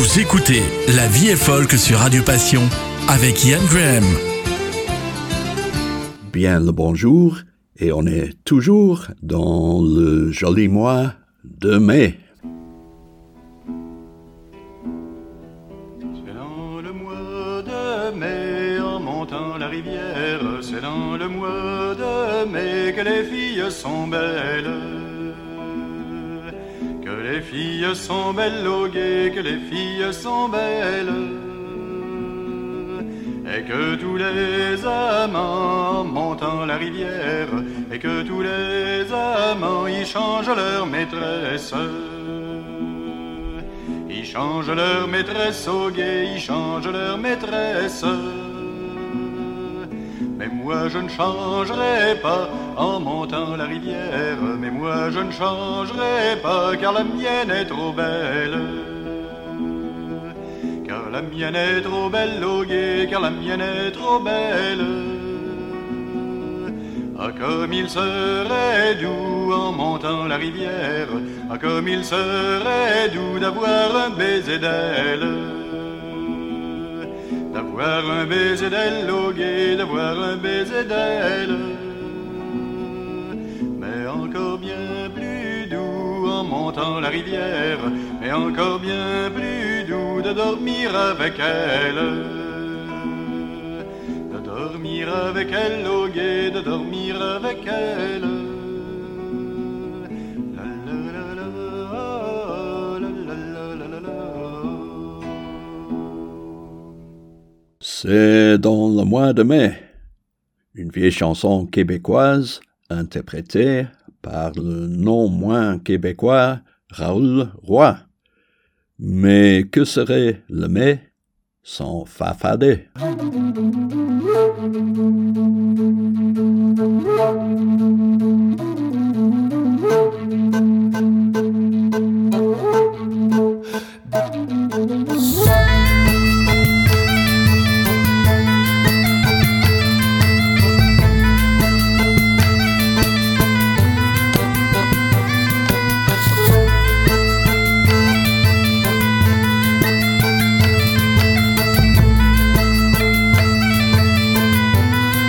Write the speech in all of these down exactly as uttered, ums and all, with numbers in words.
Vous écoutez La Vie est folk sur Radio Passion avec Ian Graham. Bien le bonjour, et on est toujours dans le joli mois de mai. C'est dans le mois de mai, en montant la rivière, c'est dans le mois de mai que les filles sont belles. Que les filles sont belles au guet, que les filles sont belles. Et que tous les amants montant la rivière, et que tous les amants y changent leur maîtresse. Ils changent leur maîtresse au guet, ils changent leur maîtresse. Mais moi je ne changerai pas en montant la rivière, mais moi je ne changerai pas car la mienne est trop belle. Car la mienne est trop belle au guet, car la mienne est trop belle. Ah comme il serait doux en montant la rivière, ah comme il serait doux d'avoir un baiser d'elle. D'avoir un baiser d'elle au guet, d'avoir un baiser d'elle. Mais encore bien plus doux en montant la rivière, mais encore bien plus doux de dormir avec elle. De dormir avec elle au guet, de dormir avec elle. La la la la, la la la la la. C'est dans le mois de mai, une vieille chanson québécoise interprétée par le non moins québécois Raoul Roy. Mais que serait le mai sans Fafadé? Thank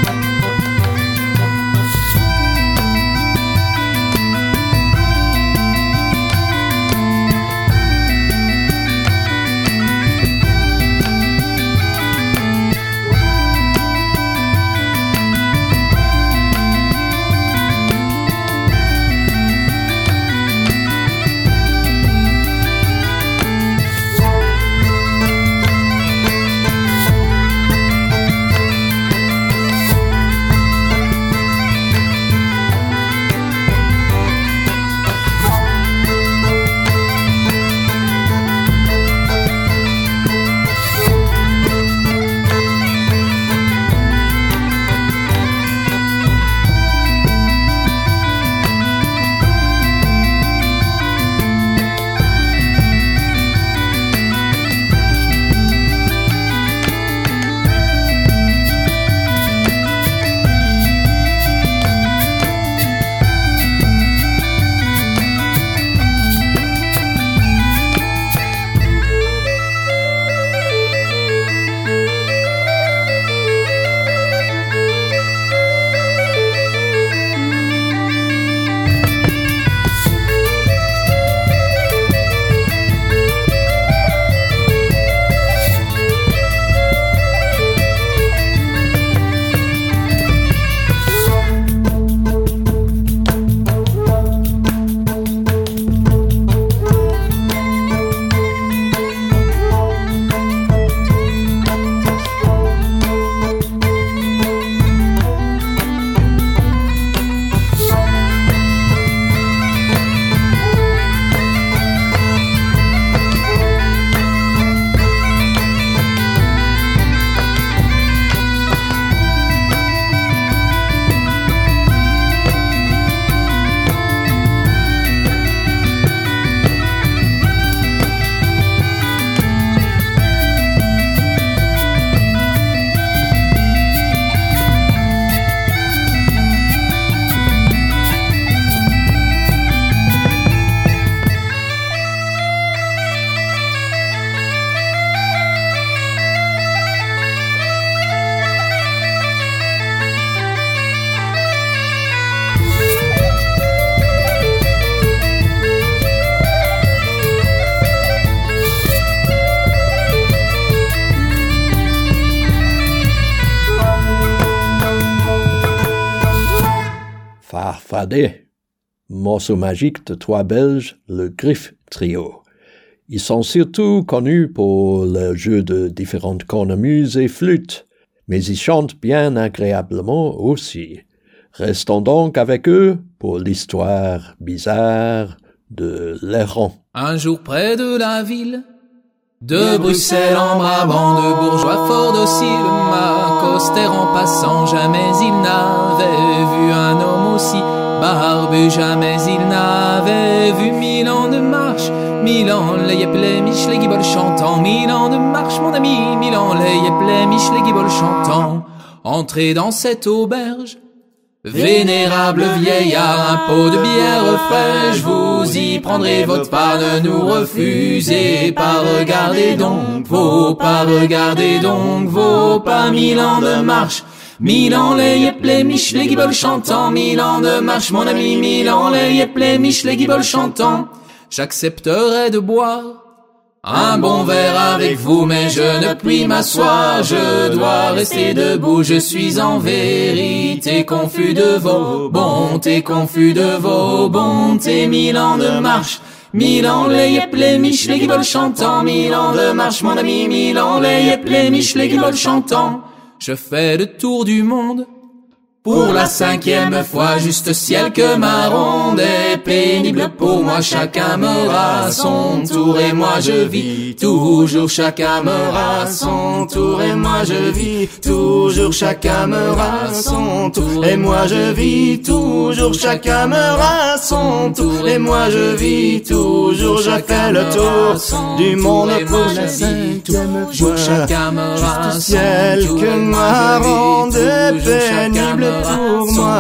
Dégradé, morceau magique de trois Belges, le Griff Trio. Ils sont surtout connus pour le jeu de différentes cornemuses et flûtes, mais ils chantent bien agréablement aussi. Restons donc avec eux pour l'histoire bizarre de l'Héron. Un jour près de la ville de Bruxelles, en bravant de bourgeois fort dociles, m'accostèrent en passant. Jamais il n'avait vu un homme aussi barbu, jamais il n'avait vu mille ans de marche, mille ans les yep les mich les guiboles chantant, mille ans de marche mon ami, mille ans les yep les mich les guiboles chantant. Entrez dans cette auberge, vénérable vieillard, un pot de bière fraîche, vous y prendrez votre part, ne nous refusez pas, regardez donc vos pas, regardez donc vos pas, mille ans de marche, mille ans les yep les mich les guiboles chantant, mille ans de marche mon ami, mille ans les yep les mich les guiboles chantant. J'accepterai de boire un bon verre avec vous, mais je ne puis m'asseoir, je dois rester debout, je suis en vérité confus de vos bontés, confus de vos bontés, mille ans de marche, mille ans les yep les mich les guiboles chantant, mille ans de marche mon ami, mille ans les yep les mich les guiboles chantant. Je fais le tour du monde pour la cinquième fois, juste ciel que ma ronde est pénible pour moi, chacun meura son tour et moi je vis toujours, chacun meura son tour et moi je vis toujours, chacun meura son tour et moi je vis toujours, chacun meura son tour et moi je vis toujours, je fais le tour du monde pour la cinquième fois, chacun meura son ciel que ma ronde est pénible pour moi,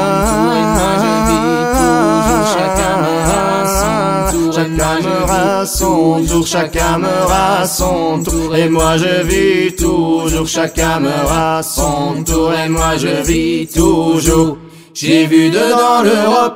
chacun meura son tour, chacun meura son tour et moi je vis toujours, chacun meura son tour et moi je vis toujours. J'ai vu dedans l'Europe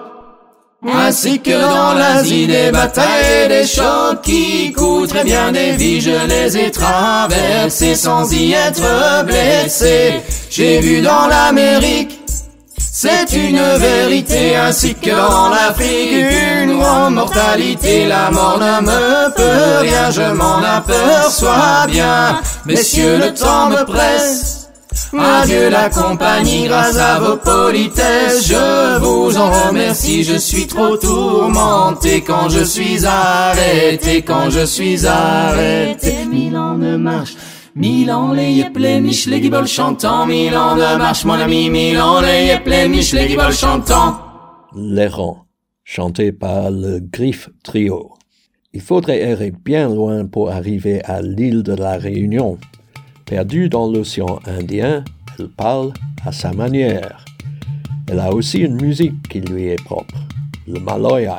ainsi que dans l'Asie des batailles et des chocs qui coûteraient bien des vies, je les ai traversés sans y être blessé. J'ai vu dans l'Amérique, c'est une vérité, ainsi que dans l'Afrique, une grande mortalité. La mort ne me peut rien, je m'en aperçois bien. Messieurs, le temps me presse. Adieu la compagnie, grâce à vos politesses, je vous en remercie. Je suis trop tourmenté quand je suis arrêté, quand je suis arrêté. Mille ans de marche, mille ans les yep les mich les guiboles chantant, mille ans de marche mon ami, mille ans les yep les mich les guiboles chantant. L'Héron, chanté par le Griff Trio. Il faudrait errer bien loin pour arriver à l'île de la Réunion. Perdue dans l'océan Indien, elle parle à sa manière. Elle a aussi une musique qui lui est propre, le Maloya.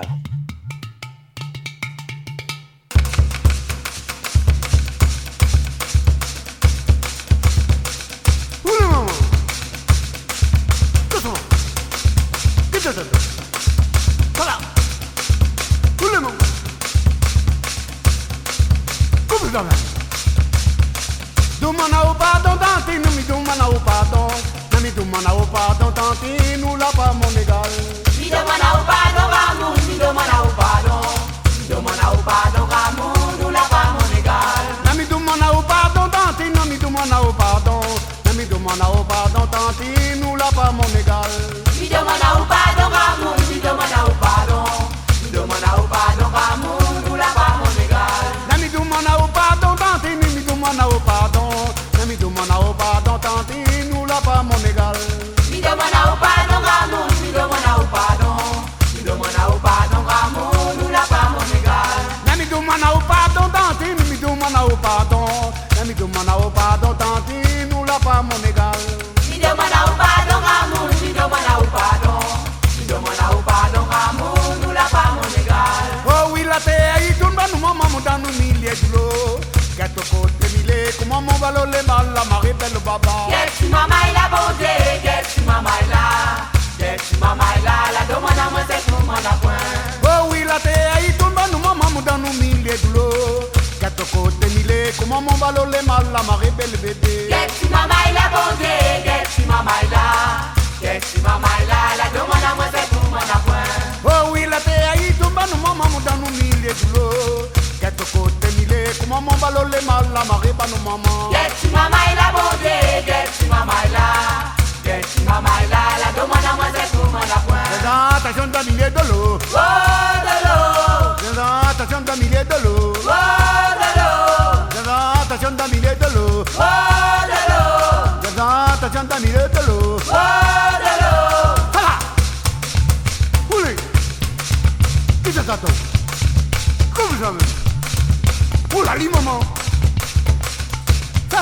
Get to my my la, get to my my la, la demande à moi c'est pour moi. mana point. Oh oui, la terre aïe, tout bas nous maman dans nos milliers de l'eau. Quelque côté mille, comme maman ballon les mal, la marée pas nos mamans. Get tu mama il a bondé, get tu mama il a. Get tu mama il a, la demande à moi c'est tout mana point. Attention d'un millier de l'eau. Oh de l'eau. Attention d'un millier de l'eau. Oh de l'eau. Attention d'un millier de l'eau. Oh de l'eau. Attention d'un millier de l'eau. Oh de l'eau. Hala! Oulé! Qui c'est ça, toi? Comme jamais. Oula, li, maman. Ça!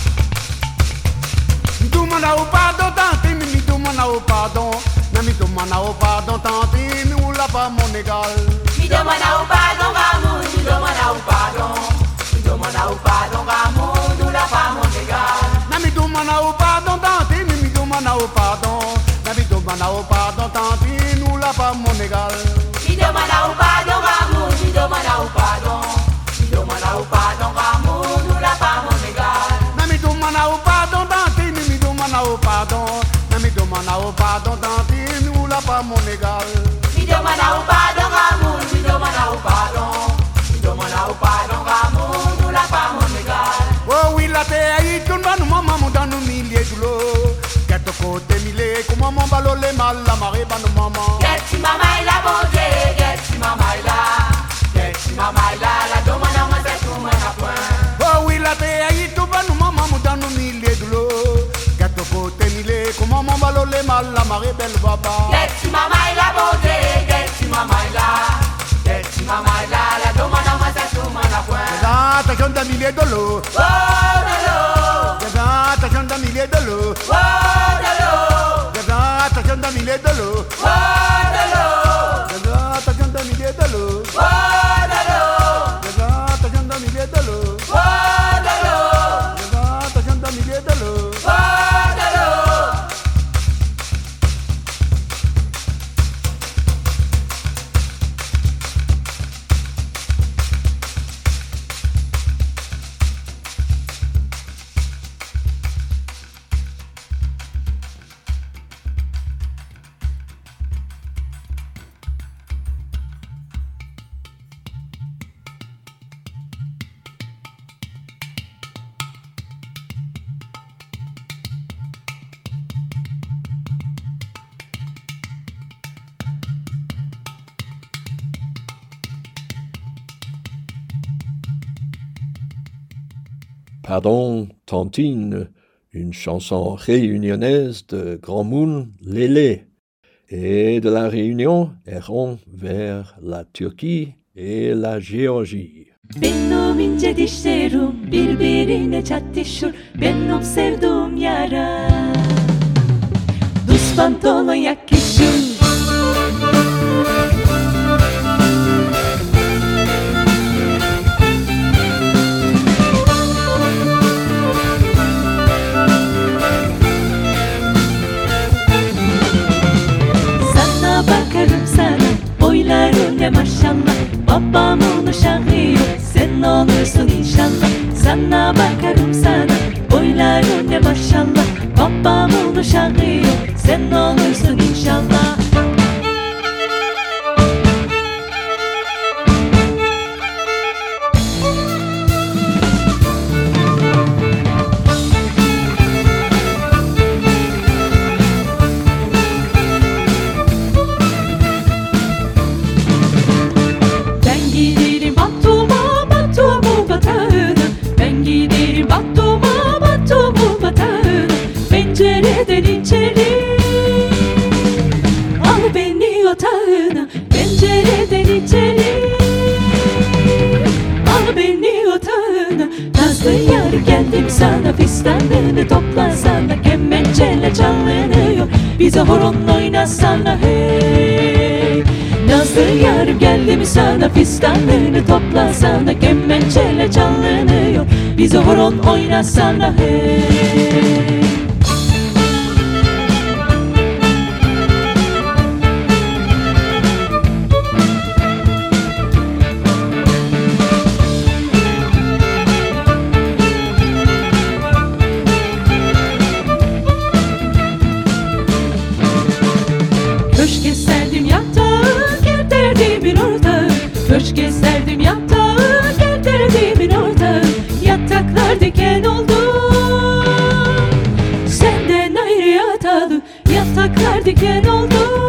Mi demande au pardon, tante, mi demande au pardon. Na mi demande au pardon, tante, mi oula pas mon égal. Mi demande au pardon, Ramon, mi demande au pardon. Mi demande au pardon, Ramon, nous la pas mon égal. Na mi demande au pardon, tante, mi mi demande au pardon. Na mi demande au pardon, tante, nous la pas mon égal. Mi demande au pardon, Ramon, mi demande au pardon. Mi demande au pardon, Ramon, nous la pas mon égal. Na mi demande au pardon, tante, mi mi demande au pardon. Na mi demande au pardon, tante, nous la pas mon égal. Mi demande au pardon, Ramon, mi demande au pardon. Mi demande au pardon, Ramon, nous la pas mon égal. Oh oui, la terre aïe, tout le monde, maman, dans nos milliers de l'eau. Quelque côté mille, comme maman ballon les mal, la marée pas nos mamans. Get tu mama il a bondé, get tu mama il a. Get tu mama il a, la demande à moi c'est tout mana point. Oh oui, la terre aïe, tout le monde, maman, dans nos milliers de l'eau. Quelque côté mille, comme maman ballon les mal, la marée belle baba. Get tu mama il a bondé, get tu mama il a. Get tu mama il a, la demande à moi c'est tout mana point. Attention d'un millier de l'eau. Oh de l'eau. Attention d'un millier de l'eau. Oh de l'eau. Attention d'un millier de l'eau. Oh de l'eau. Attention d'un millier de l'eau. Oh de l'eau. Attention d'un millier de l'eau. Oh de l'eau. Attention d'un millier de l'eau. Oh de l'eau. Pardon, Tantine, une chanson réunionnaise de Grand Moon, Lélé. Et de la Réunion, errons vers la Turquie et la Géorgie. Benim ince dişlerim birbirine çatışır. Benim sevduğum yara Duz pantolon yakışır. Sana bakarım sana, boyların ne maşallah. Babamın uşağı yok, sen olursun inşallah. Sana bakarım sana, boyların ne maşallah. Babamın uşağı yok, sen olursun inşallah. Pencereden içeri al beni otağına. Pencereden içeri al beni otağına. Nazlı yar geldim sana, fistanını toplasana. Kemençeyle çalınıyor, bize horon oynasana hey. Nazlı yar geldim sana, fistanını toplasana. Kemençeyle çalınıyor, bize horon oynasana hey. Köşke serdim diken oldu.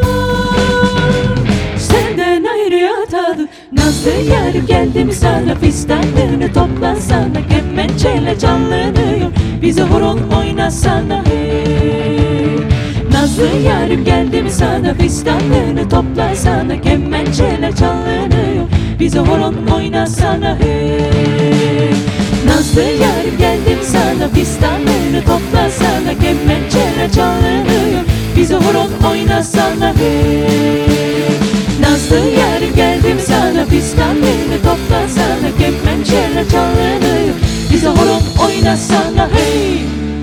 Senden ayrı yatalı nazlı yarim geldi mi sana, fistanlarını toplasana, kemençeyle canlanıyor, bize horon oynasana hey. Nazlı yarim geldi mi sana, fistanlarını toplasana, kemençeyle canlanıyor, bize horon oynasana hey. Nazlı yarim geldi mi sana, fistanlarını toplasana, kemençeyle canlanıyor, bize horon oynasana hey. Nazlı yarim geldim sana, fistanlarını toplasana, kemençeyle canlanıyor, bize horon oynasana hey.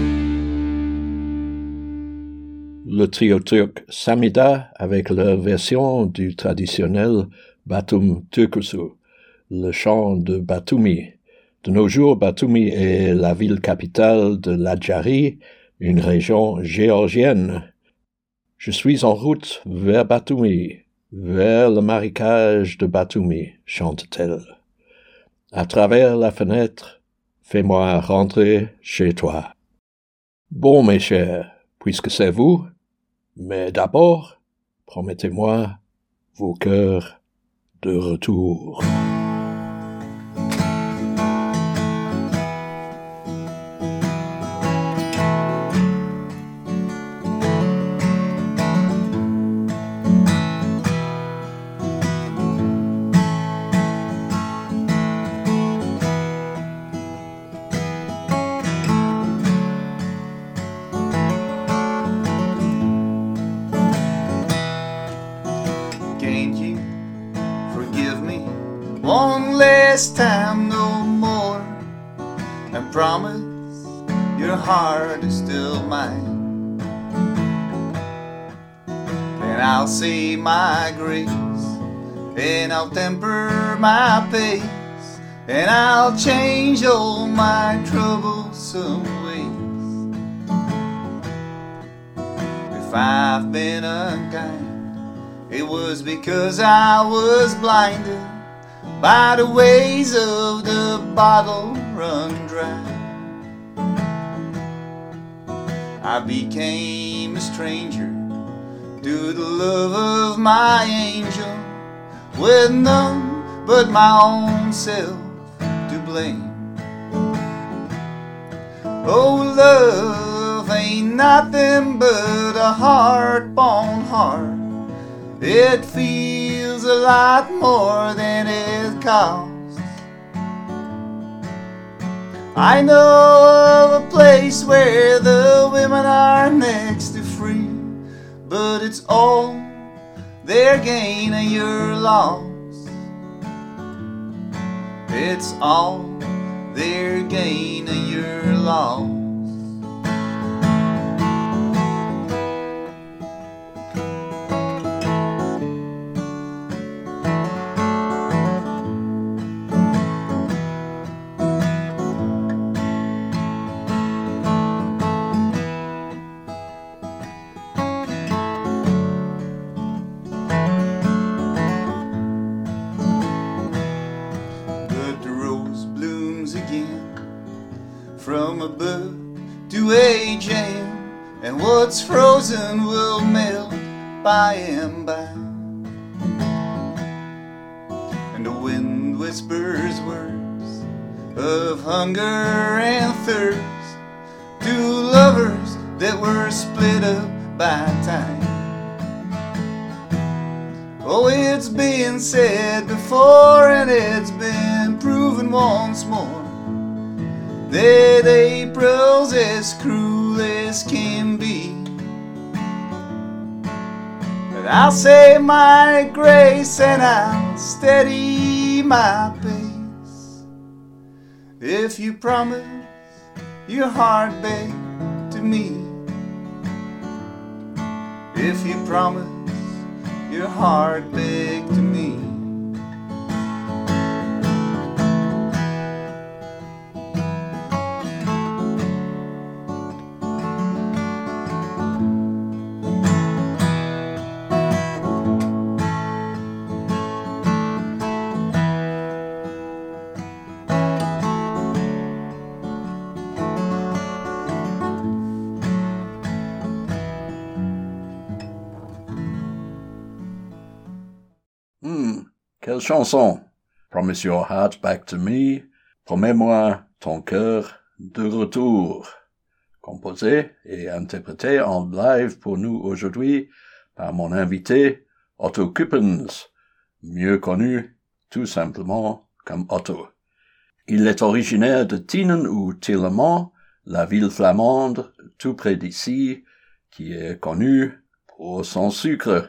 Le trio turc Samida avec leur version du traditionnel Batum Türküsü, le chant de Batumi. De nos jours, Batumi est la ville capitale de l'Adjari, une région géorgienne. Je suis en route vers Batumi, vers le marécage de Batumi, chante-t-elle. À travers la fenêtre, fais-moi rentrer chez toi. Bon, mes chers, puisque c'est vous, mais d'abord, promettez-moi vos cœurs de retour. One last time, no more, and promise your heart is still mine. And I'll say my grace, and I'll temper my pace, and I'll change all my troublesome ways. If I've been unkind, it was because I was blinded by the ways of the bottle run dry. I became a stranger to the love of my angel, with none but my own self to blame. Oh, love ain't nothing but a heart-born heart. It feels a lot more than it costs. I know of a place where the women are next to free, but it's all their gain and your loss. It's all their gain and your loss. From a bud to a jam, and what's frozen will melt by and by. And the wind whispers words of hunger and thirst to lovers that were split up by time. Oh, it's been said before, and it's been proven once more, that April's as cruel as can be. But I'll say my grace and I'll steady my pace, if you promise your heart back to me. If you promise your heart back to me. Quelle chanson? Promise your heart back to me. Promets-moi ton cœur de retour. Composé et interprété en live pour nous aujourd'hui par mon invité Otto Kuppens, mieux connu tout simplement comme Otto. Il est originaire de Tienen ou Tielemont, la ville flamande tout près d'ici, qui est connue pour son sucre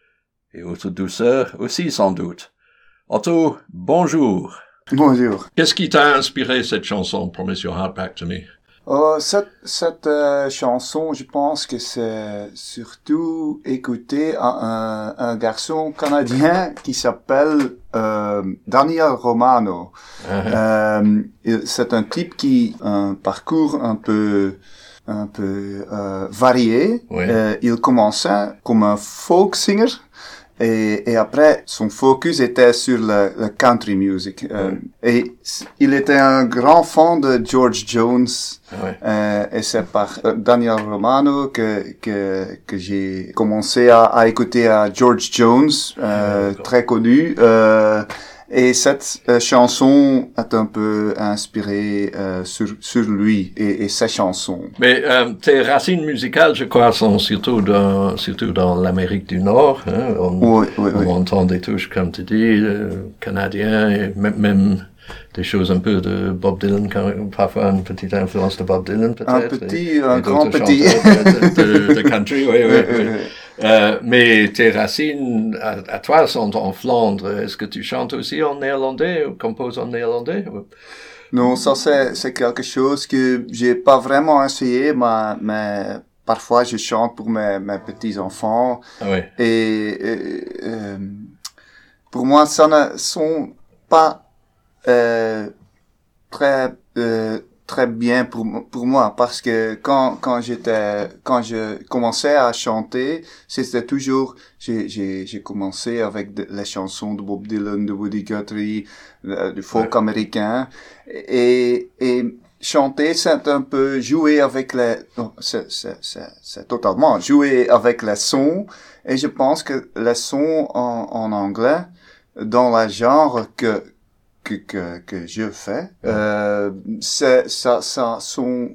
et autre douceur aussi sans doute. Otto, bonjour. Bonjour. Qu'est-ce qui t'a inspiré cette chanson, Promise Your Heart Back to Me? Euh, cette cette euh, chanson, je pense que c'est surtout écouté à un, un garçon canadien qui s'appelle euh, Daniel Romano. Uh-huh. euh, c'est un type qui a un parcours un peu un peu euh, varié. Oui. Euh, il commençait comme un folk singer. Et, et après, son focus était sur le, le country music. Euh, ouais. Et il était un grand fan de George Jones. Ouais. Euh, et c'est par Daniel Romano que que que j'ai commencé à, à écouter à George Jones, euh, ouais, très connu. Euh, et cette euh, chanson est un peu inspirée euh, sur sur lui et, et ses chansons. Mais euh, tes racines musicales, je crois, sont surtout dans surtout dans l'Amérique du Nord. Hein? On, oui, oui, on oui. entend des touches, comme tu dis, euh, canadiens, et même, même des choses un peu de Bob Dylan, parfois une petite influence de Bob Dylan, peut-être. Un petit, et, un et grand petit. De, de, de country, oui, oui, oui. oui. Euh, mais tes racines à, à toi sont en Flandre. Est-ce que tu chantes aussi en néerlandais ou composes en néerlandais? Non, ça c'est, c'est quelque chose que j'ai pas vraiment essayé, mais, mais parfois je chante pour mes, mes petits-enfants. Ah oui. Et, et euh, pour moi, ça ne sont pas euh, très... Euh, très bien pour pour moi parce que quand quand j'étais quand je commençais à chanter, c'était toujours j'ai j'ai j'ai commencé avec de, les chansons de Bob Dylan, de Woody Guthrie, euh, du folk ouais. américain et et chanter c'est un peu jouer avec les non, c'est c'est c'est c'est totalement jouer avec les sons et je pense que les sons en en anglais dans le genre que que que que je fais euh c'est ça ça sont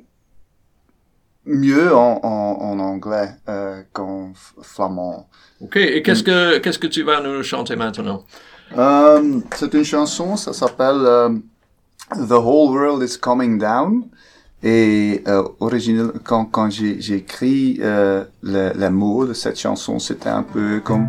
mieux en en, en anglais euh, qu'en flamand. OK, et qu'est-ce que qu'est-ce que tu vas nous chanter maintenant? Euh, c'est une chanson, ça s'appelle euh, The Whole World is Coming Down et euh, original quand quand j'ai j'ai écrit euh, les les mots de cette chanson, c'était un peu comme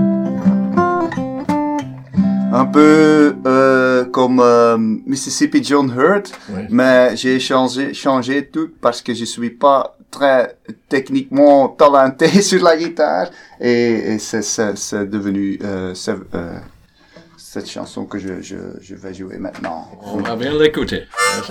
un peu euh, comme euh, Mississippi John Hurt, oui. Mais j'ai changé changé tout parce que je suis pas très techniquement talenté sur la guitare et, et c'est, c'est c'est devenu euh, c'est, euh, cette chanson que je je je vais jouer maintenant. On va bien l'écouter. Merci.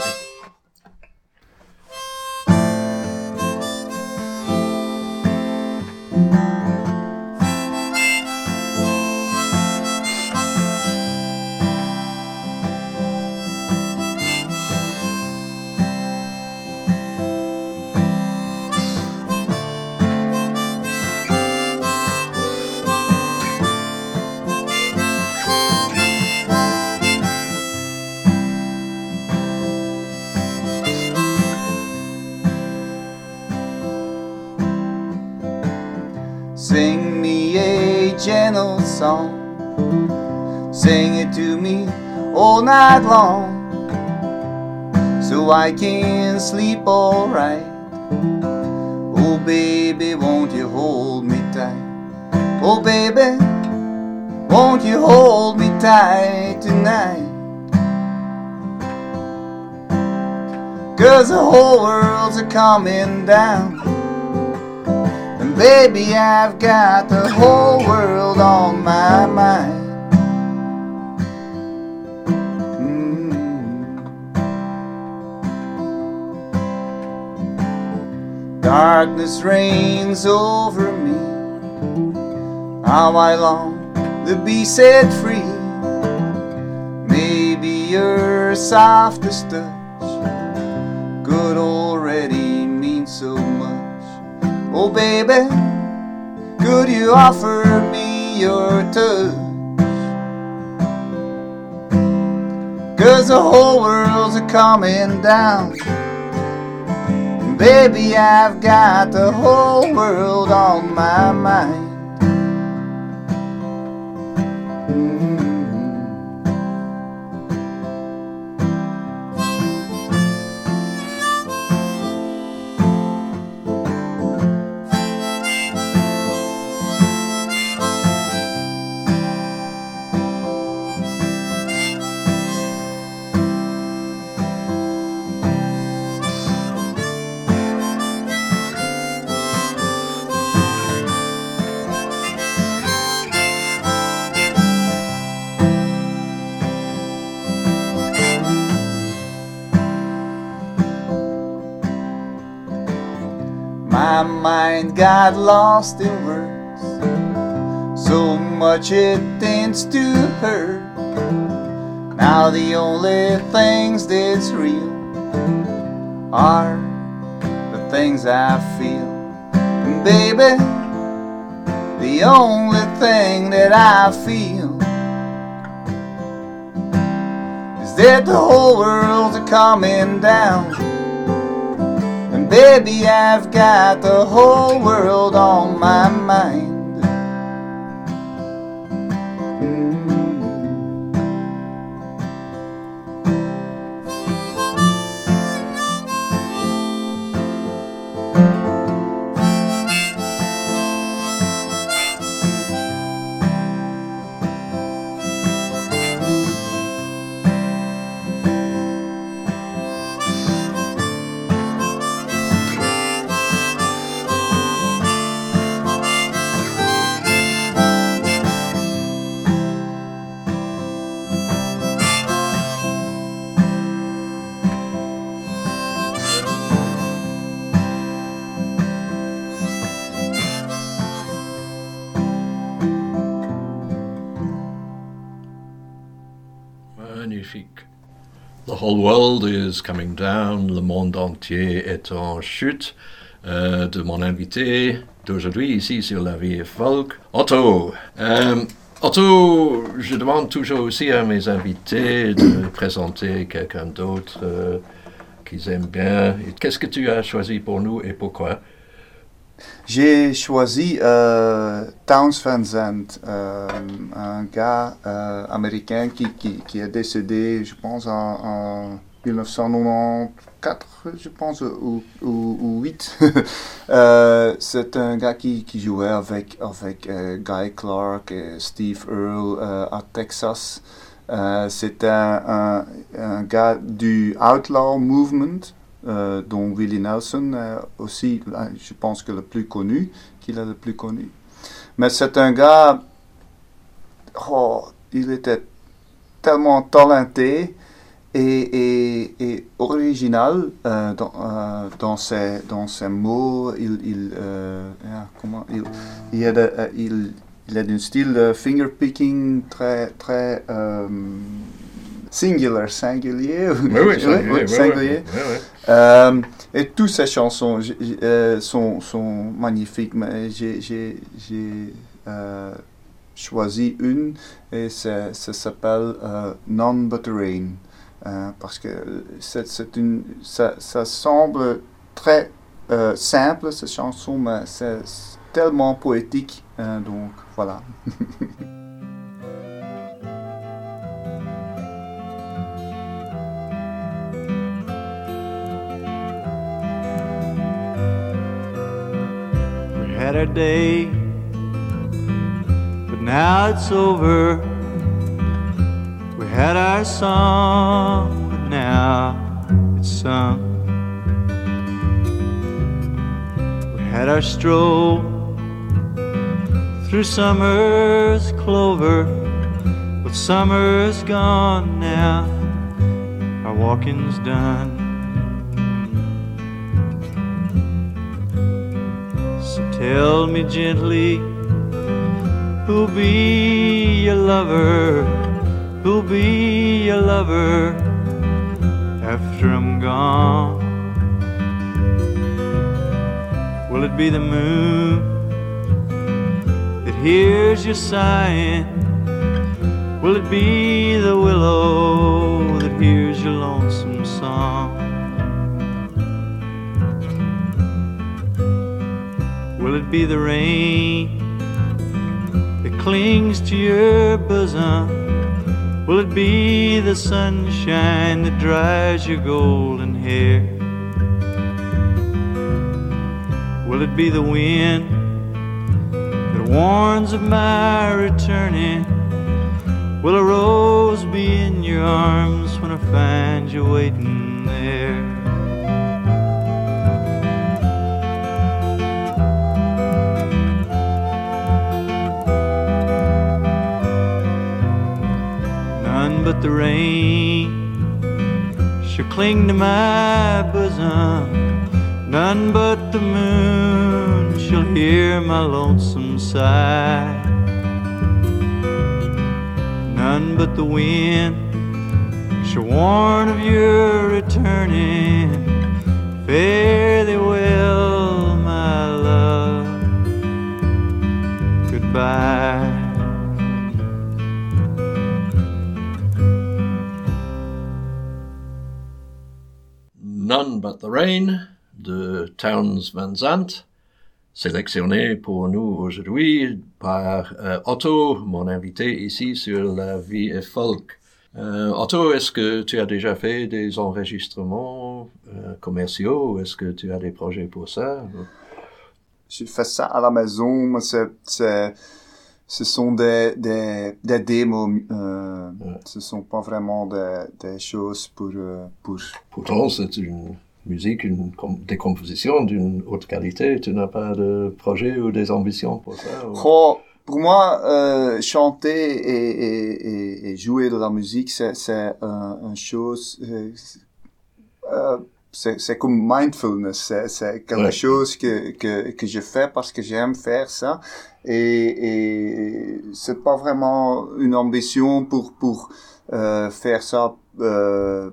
Sing me a gentle song, sing it to me all night long, so I can sleep all right. Oh baby, won't you hold me tight? Oh baby, won't you hold me tight tonight? 'Cause the whole world's a coming down, and baby, I've got the whole world on my mind. Mm. Darkness reigns over me, how I long to be set free. Maybe your softest touch could already mean so much. Oh baby, could you offer me your touch? 'cause the whole world's a coming down. Baby, I've got the whole world on my mind. My mind got lost in words, so much it tends to hurt. Now the only things that's real are the things I feel. And baby, the only thing that I feel is that the whole world's a coming down. And baby, I've got the whole world on my mind. Magnifique. The whole world is coming down, le monde entier est en chute, euh, de mon invité d'aujourd'hui ici sur La Vie est Folk, Otto. Euh, Otto, je demande toujours aussi à mes invités de présenter quelqu'un d'autre euh, qu'ils aiment bien. Qu'est-ce que tu as choisi pour nous et pourquoi? J'ai choisi euh, Townes Van Zandt, euh, un gars euh, américain qui, qui, qui est décédé, je pense, en, en dix-neuf cent quatre-vingt-quatorze, je pense, ou, ou, ou huit. euh, c'est un gars qui, qui jouait avec, avec euh, Guy Clark et Steve Earle euh, à Texas. Euh, c'est un, un, un gars du Outlaw Movement. Euh, dont Willie Nelson euh, aussi, je pense que le plus connu, qu'il est le plus connu. Mais c'est un gars, oh, il était tellement talenté et, et, et original euh, dans, euh, dans, ses, dans ses mots. Il, il, euh, yeah, comment, il, il, a de, euh, il, il a d'un style de finger-picking très, très euh, singular, singulier. Oui, oui, singulier. oui, oui, singulier. Oui, oui. Euh, et toutes ces chansons j- j- euh, sont, sont magnifiques, mais j'ai, j'ai, j'ai euh, choisi une et ça, ça s'appelle euh, None But the Rain, euh, parce que c'est, c'est une, ça, ça semble très euh, simple, cette chanson, mais c'est tellement poétique, hein, donc voilà. Had our day, but now it's over. We had our song, but now it's sung. We had our stroll through summer's clover, but summer's gone now. Our walking's done. Tell me gently, who'll be your lover? Who'll be your lover after I'm gone? Will it be the moon that hears you sighing? Will it be the willow that hears your lonesome song? Will it be the rain that clings to your bosom? Will it be the sunshine that dries your golden hair? Will it be the wind that warns of my returning? Will a rose be in your arms when I find you waiting there? None but the rain shall cling to my bosom. None but the moon shall hear my lonesome sigh. None but the wind shall warn of your returning. Fare thee well, my love, goodbye. None But the Rain de Townes Van Zandt, sélectionné pour nous aujourd'hui par euh, Otto, mon invité ici sur La Vie est Folk. Euh, Otto, est-ce que tu as déjà fait des enregistrements euh, commerciaux? Est-ce que tu as des projets pour ça? Je fais ça à la maison, mais c'est, c'est, ce sont des, des, des démos, euh, ouais. Ce sont pas vraiment des, des choses pour, euh, pour... Pourtant, c'est une musique, une, des compositions d'une haute qualité. Tu n'as pas de projet ou des ambitions pour ça? Ou... Oh, pour moi, euh, chanter et, et, et, et jouer de la musique, c'est, c'est euh, une chose... Euh, euh, c'est, c'est comme mindfulness, c'est, c'est quelque ouais. chose que, que, que je fais parce que j'aime faire ça. Et, et c'est pas vraiment une ambition pour, pour euh, faire ça... Euh,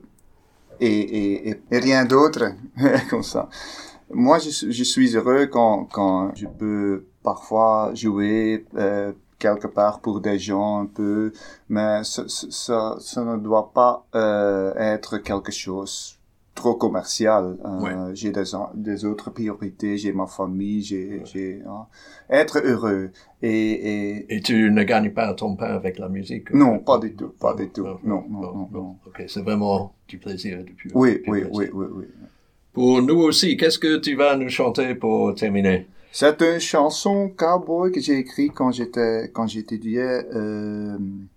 Et, et, et rien d'autre comme ça. Moi, je, je suis heureux quand, quand je peux parfois jouer euh, quelque part pour des gens un peu, mais ça, ça, ça ne doit pas euh, être quelque chose trop commercial. Euh, ouais. J'ai des, des autres priorités, j'ai ma famille, j'ai, ouais. j'ai hein, être heureux. Et, et, et tu ne gagnes pas ton pain avec la musique? Non, pas du tout, pas du tout. Non, non, non, non. Ok, c'est vraiment du plaisir depuis. Oui, depuis oui, oui, oui, oui. Pour nous aussi, qu'est-ce que tu vas nous chanter pour terminer? C'est une chanson cowboy que j'ai écrite quand j'étais, quand j'étudiais. Euh,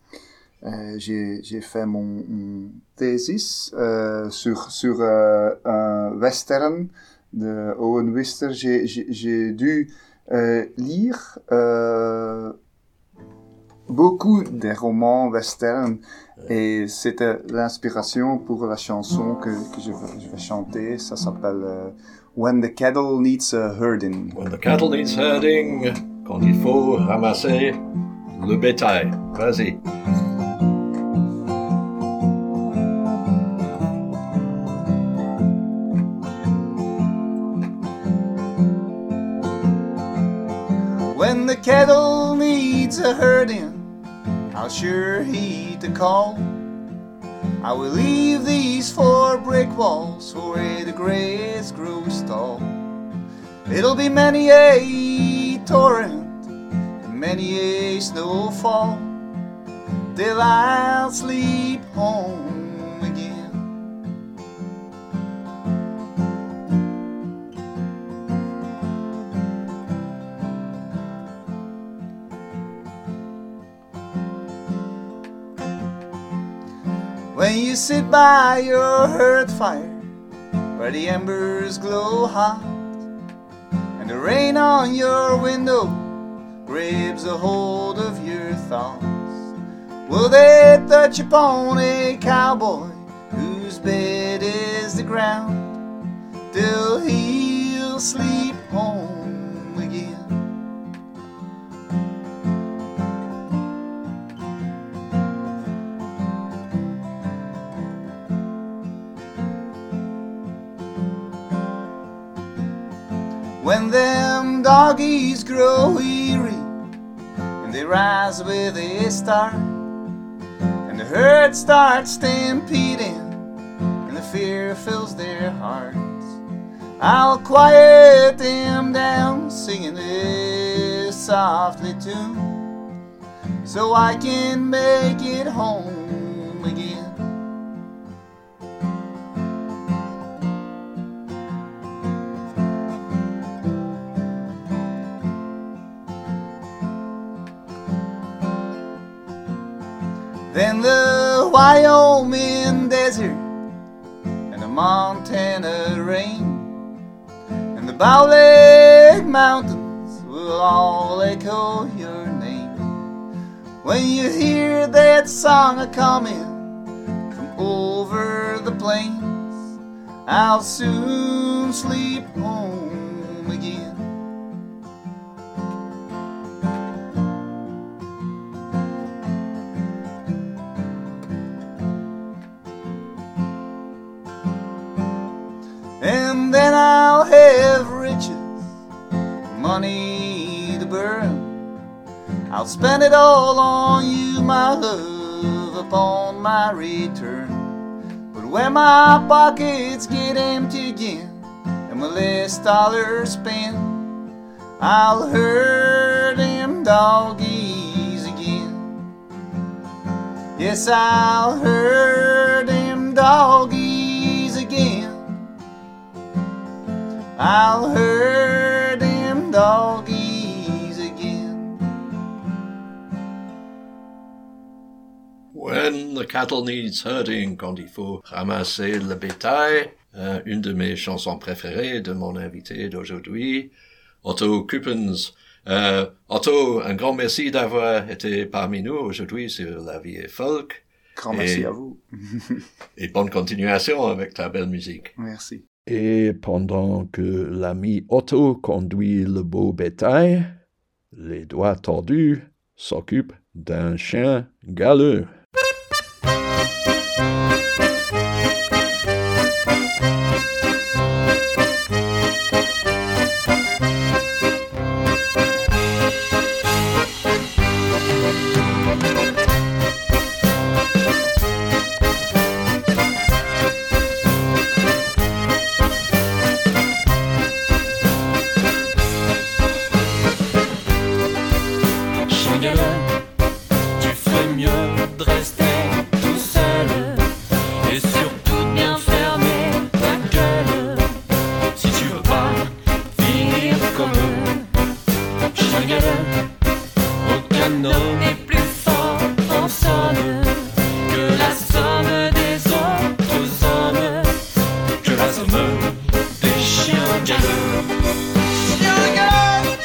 euh, j'ai, j'ai fait mon, mon thesis euh, sur sur euh, un western de Owen Wister. J'ai, j'ai, j'ai dû euh, lire euh, beaucoup des romans western et c'était l'inspiration pour la chanson que, que je, vais, je vais chanter. Ça s'appelle euh, When the Cattle Needs a Herding. When the cattle needs herding, quand il faut ramasser le bétail. Vas-y. When the cattle needs a herding, I'll sure heed the call. I will leave these four brick walls where the grass grows tall. It'll be many a torrent and many a snowfall till I'll sleep home again. When you sit by your hearth fire, where the embers glow hot, and the rain on your window grabs a hold of your thoughts, will they touch upon a cowboy whose bed is the ground till he'll sleep home again? When them doggies grow weary and they rise with a start, and the herd starts stampeding and the fear fills their hearts, I'll quiet them down singing this softly tune, so I can make it home again. Then the Wyoming desert and the Montana rain and the Bow Leg Mountains will all echo your name. When you hear that song a-coming from over the plains, I'll soon sleep home again. And then I'll have riches, money to burn. I'll spend it all on you, my love, upon my return. But when my pockets get empty again and my last dollar spent, I'll herd them doggies again. Yes, I'll herd them doggies again. I'll herd them doggies again. When the cattle needs herding, quand il faut ramasser le bétail, euh, une de mes chansons préférées de mon invité d'aujourd'hui, Otto Kuppens. Euh, Otto, un grand merci d'avoir été parmi nous aujourd'hui sur La Vie est Folk. Grand merci et, à vous. Et bonne continuation avec ta belle musique. Merci. Et pendant que l'ami Otto conduit le beau bétail, les doigts tordus s'occupent d'un chien galeux. Tu ferais mieux de rester tout seul et surtout bien fermer ta gueule si tu veux pas finir comme eux. Chien galeux, aucun homme n'est plus fort en somme que la somme des autres hommes, que la somme des chiens galeux. Chien galeux.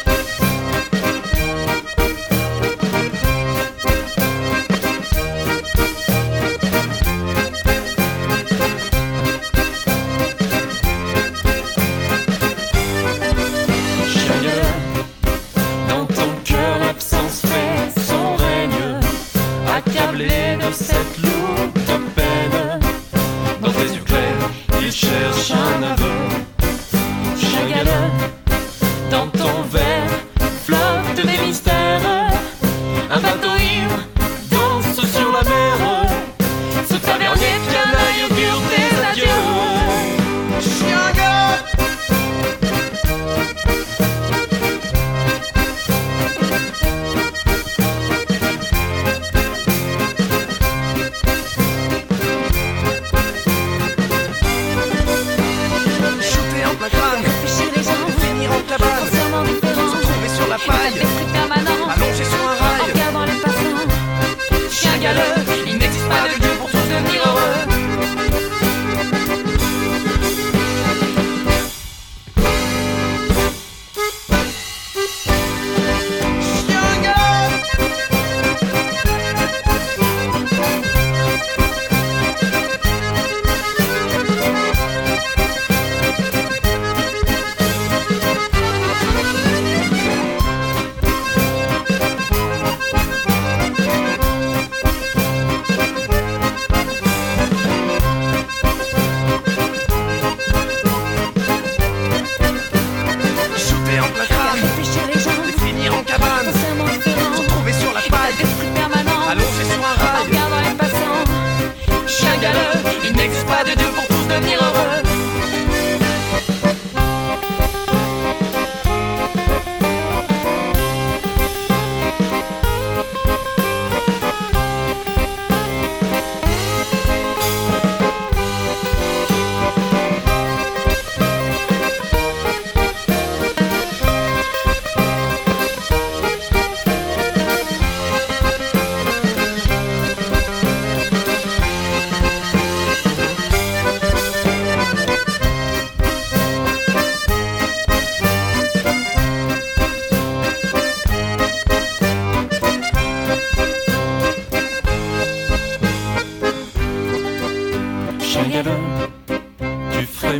De cette lourde peine, dans tes yeux clairs, il cherche un aveu. Chien galeux, dans ton verre, flottent des mystères. Un bateau ivre danse sur la mer. Ce tavernier tient l'œil augure des adieux. Chien galeux.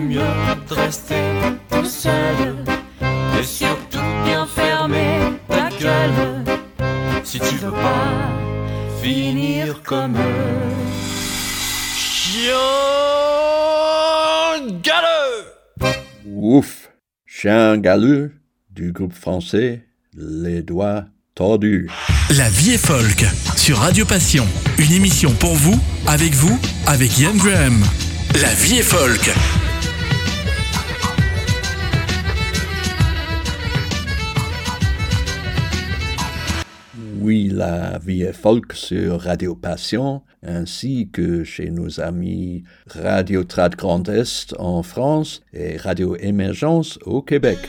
mieux de rester tout seul. Et surtout bien fermer ta gueule si tu veux pas finir comme chien galeux. Ouf, chien galeux du groupe français Les Doigts Tordus. La vie est folk sur Radio Passion. Une émission pour vous, avec vous, avec Ian Graham. La vie est folk. Oui, la vie est folk sur Radio Passion, ainsi que chez nos amis Radio Trad Grand Est en France et Radio Émergence au Québec.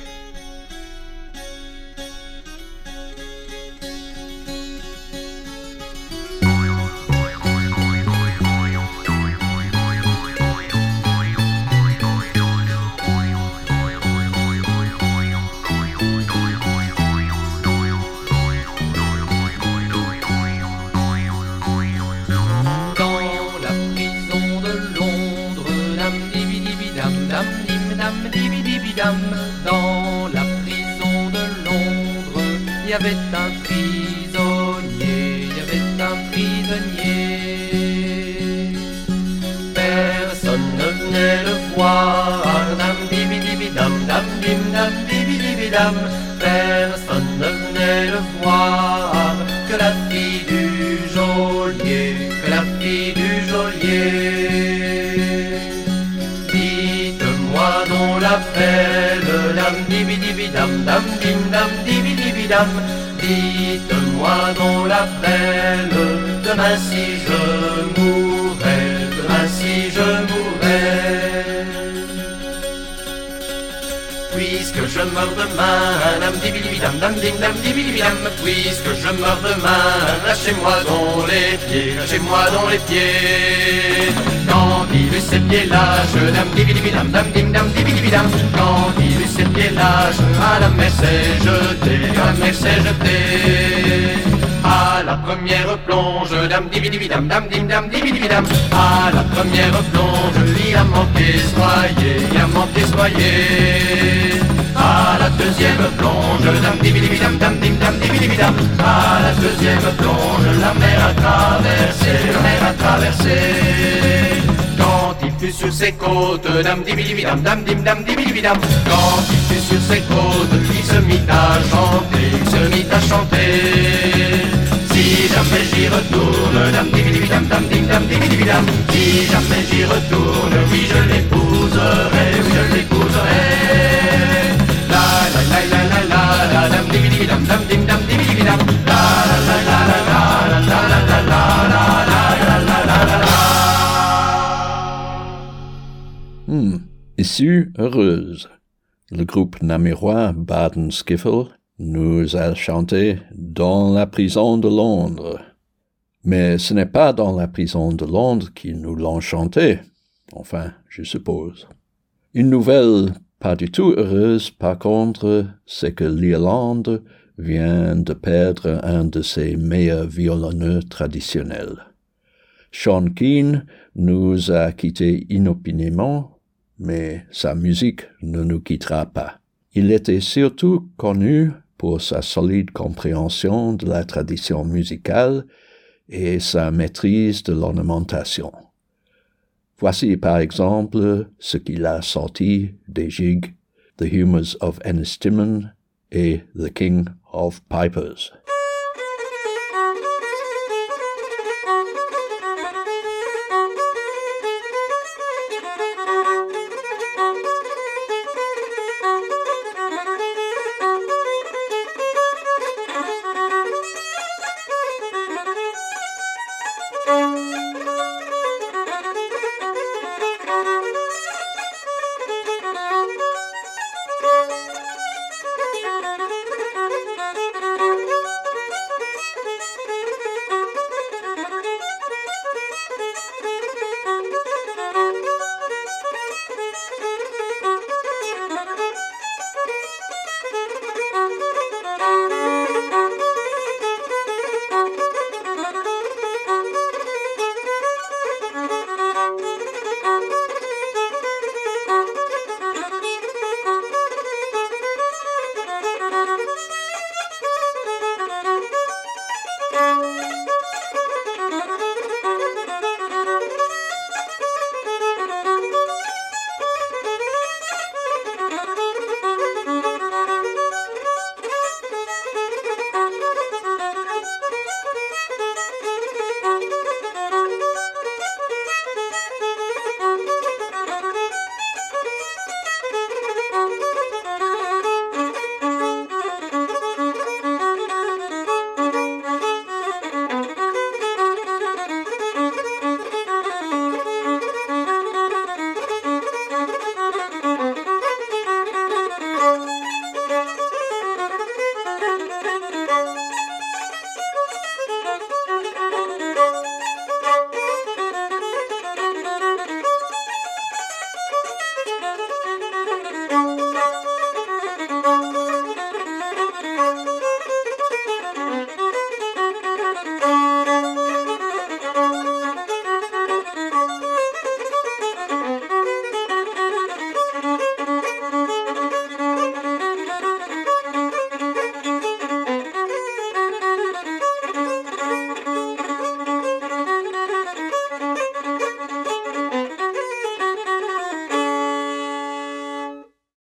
Dans la prison de Londres, il y avait un prisonnier, il y avait un prisonnier. Personne ne venait le voir, dam dibi dibi dam dam dim dam dibi dibi dam. Personne ne venait le voir, que la fille du geôlier, que la fille du geôlier. Dites-moi dont la belle dam dibi dibi dam dam dim dam dibi dibi dam. Dites-moi dont la belle, demain si je mourais, demain si je mourais. Puisque je meurs demain, dam dibi dibi dam dam dim dam dibi dibi dam. Puisque je meurs demain, lâchez-moi dans les pieds, lâchez-moi dans les pieds. Quand il eut ses pieds lâches, dam dibi dibi dam dam dim dam dibi dibi dam. Quand il eut ses pieds lâches, à la mer s'est jeté, à la mer s'est jeté. À la première plonge, dam dibi dibi dam dam dim dam dibi dibi dam. À la première plonge, il a manqué se noyer, il a manqué se noyer. À la deuxième plonge, dam dibi dibi dam dam dim dam dibi dibi dam. À la deuxième plonge, la mer a traversé, la mer a traversé. Quand il fut sur ses côtes, dam dibi dibi dam dam dim dam dibi dibi dam. Quand il fut sur ses côtes, il se mit à chanter, il se mit à chanter. Si jamais j'y retourne, dam dibi dibi dam dam dim dam dibi dibi dam. Si jamais j'y retourne, oui je l'épouserai, oui je l'épouserai. La la la la la la la dam dibi dibi dam dam dim dam dibi dibi dam. La la la la la la la la la la la la la la la. Hmm, issue heureuse. Le groupe namurois Baden Skiffle nous a chanté dans la prison de Londres. Mais ce n'est pas dans la prison de Londres qu'ils nous l'ont chanté. Enfin, je suppose. Une nouvelle pas du tout heureuse, par contre, c'est que l'Irlande vient de perdre un de ses meilleurs violonneux traditionnels. Sean Keane nous a quittés inopinément, mais sa musique ne nous quittera pas. Il était surtout connu pour sa solide compréhension de la tradition musicale et sa maîtrise de l'ornementation. Voici par exemple ce qu'il a sorti des gigs The Humours of Ennistimon et The King of Pipers.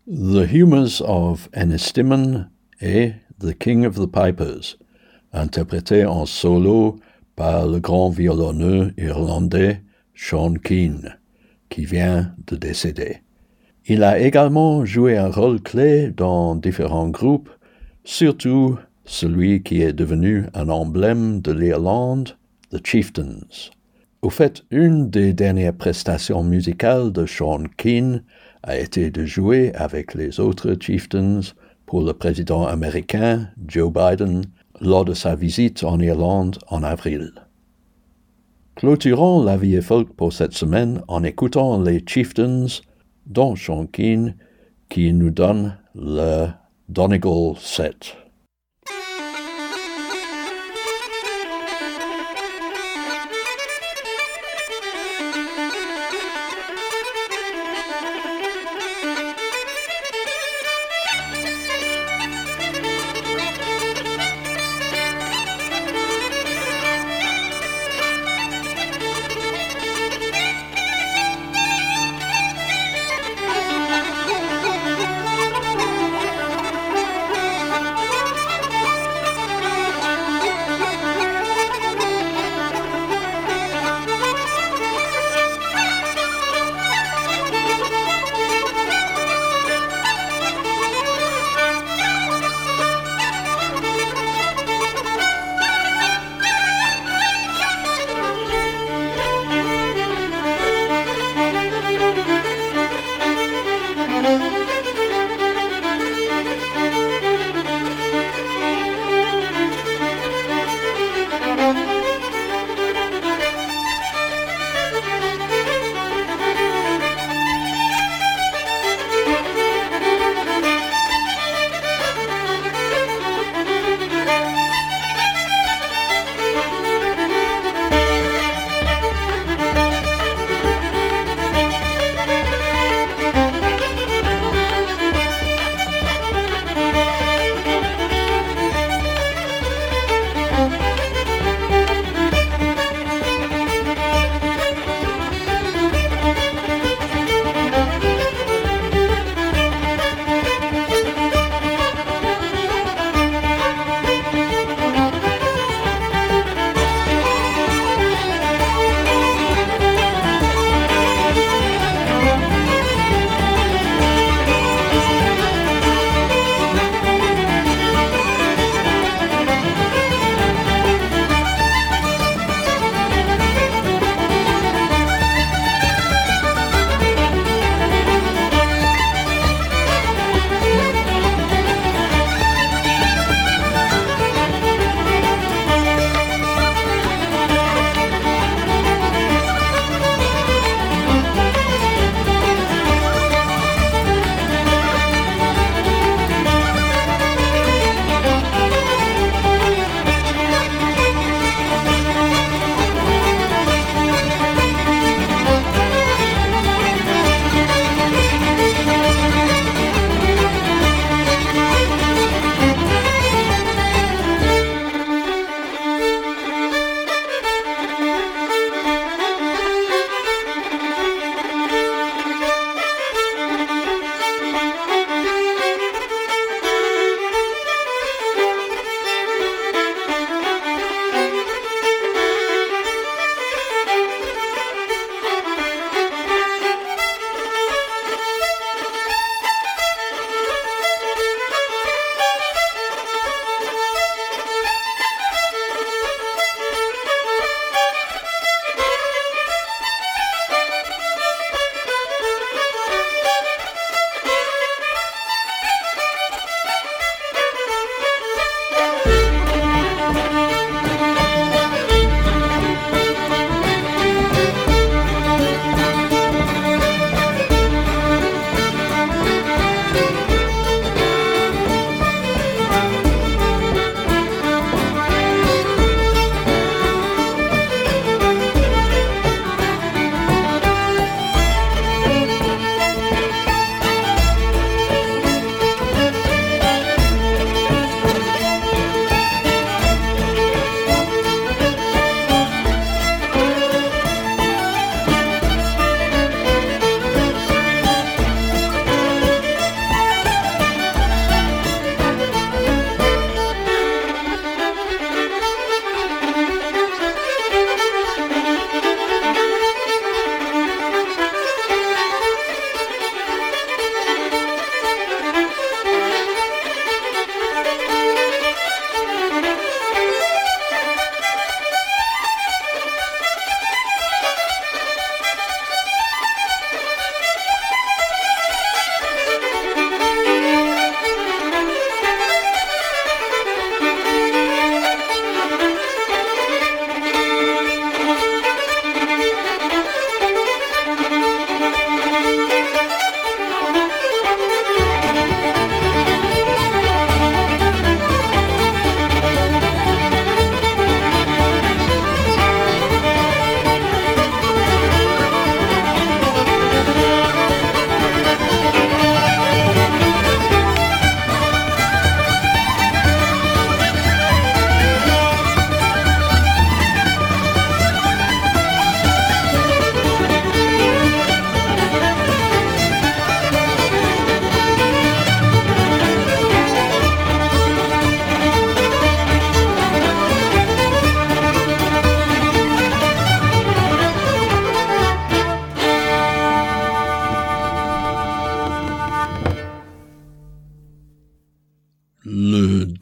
The Humours of Annistimon et The King of the Pipers, interprété en solo par le grand violonneux irlandais Sean Keane, qui vient de décéder. Il a également joué un rôle clé dans différents groupes, surtout celui qui est devenu un emblème de l'Irlande, The Chieftains. Au fait, une des dernières prestations musicales de Sean Keane a été de jouer avec les autres Chieftains pour le président américain Joe Biden lors de sa visite en Irlande en avril. Clôturons la vie et folk pour cette semaine en écoutant les Chieftains, dont Sean Keane, qui nous donne le Donegal Set. Thank you.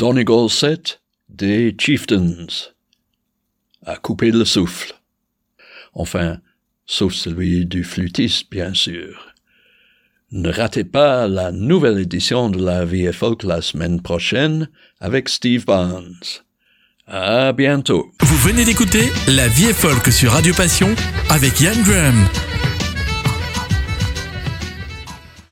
Donegal set des Chieftains, à couper le souffle. Enfin, sauf celui du flûtiste, bien sûr. Ne ratez pas la nouvelle édition de la V F Folk la semaine prochaine avec Steve Barnes. À bientôt. Vous venez d'écouter La Vie est folk sur Radio Passion avec Yann Graham.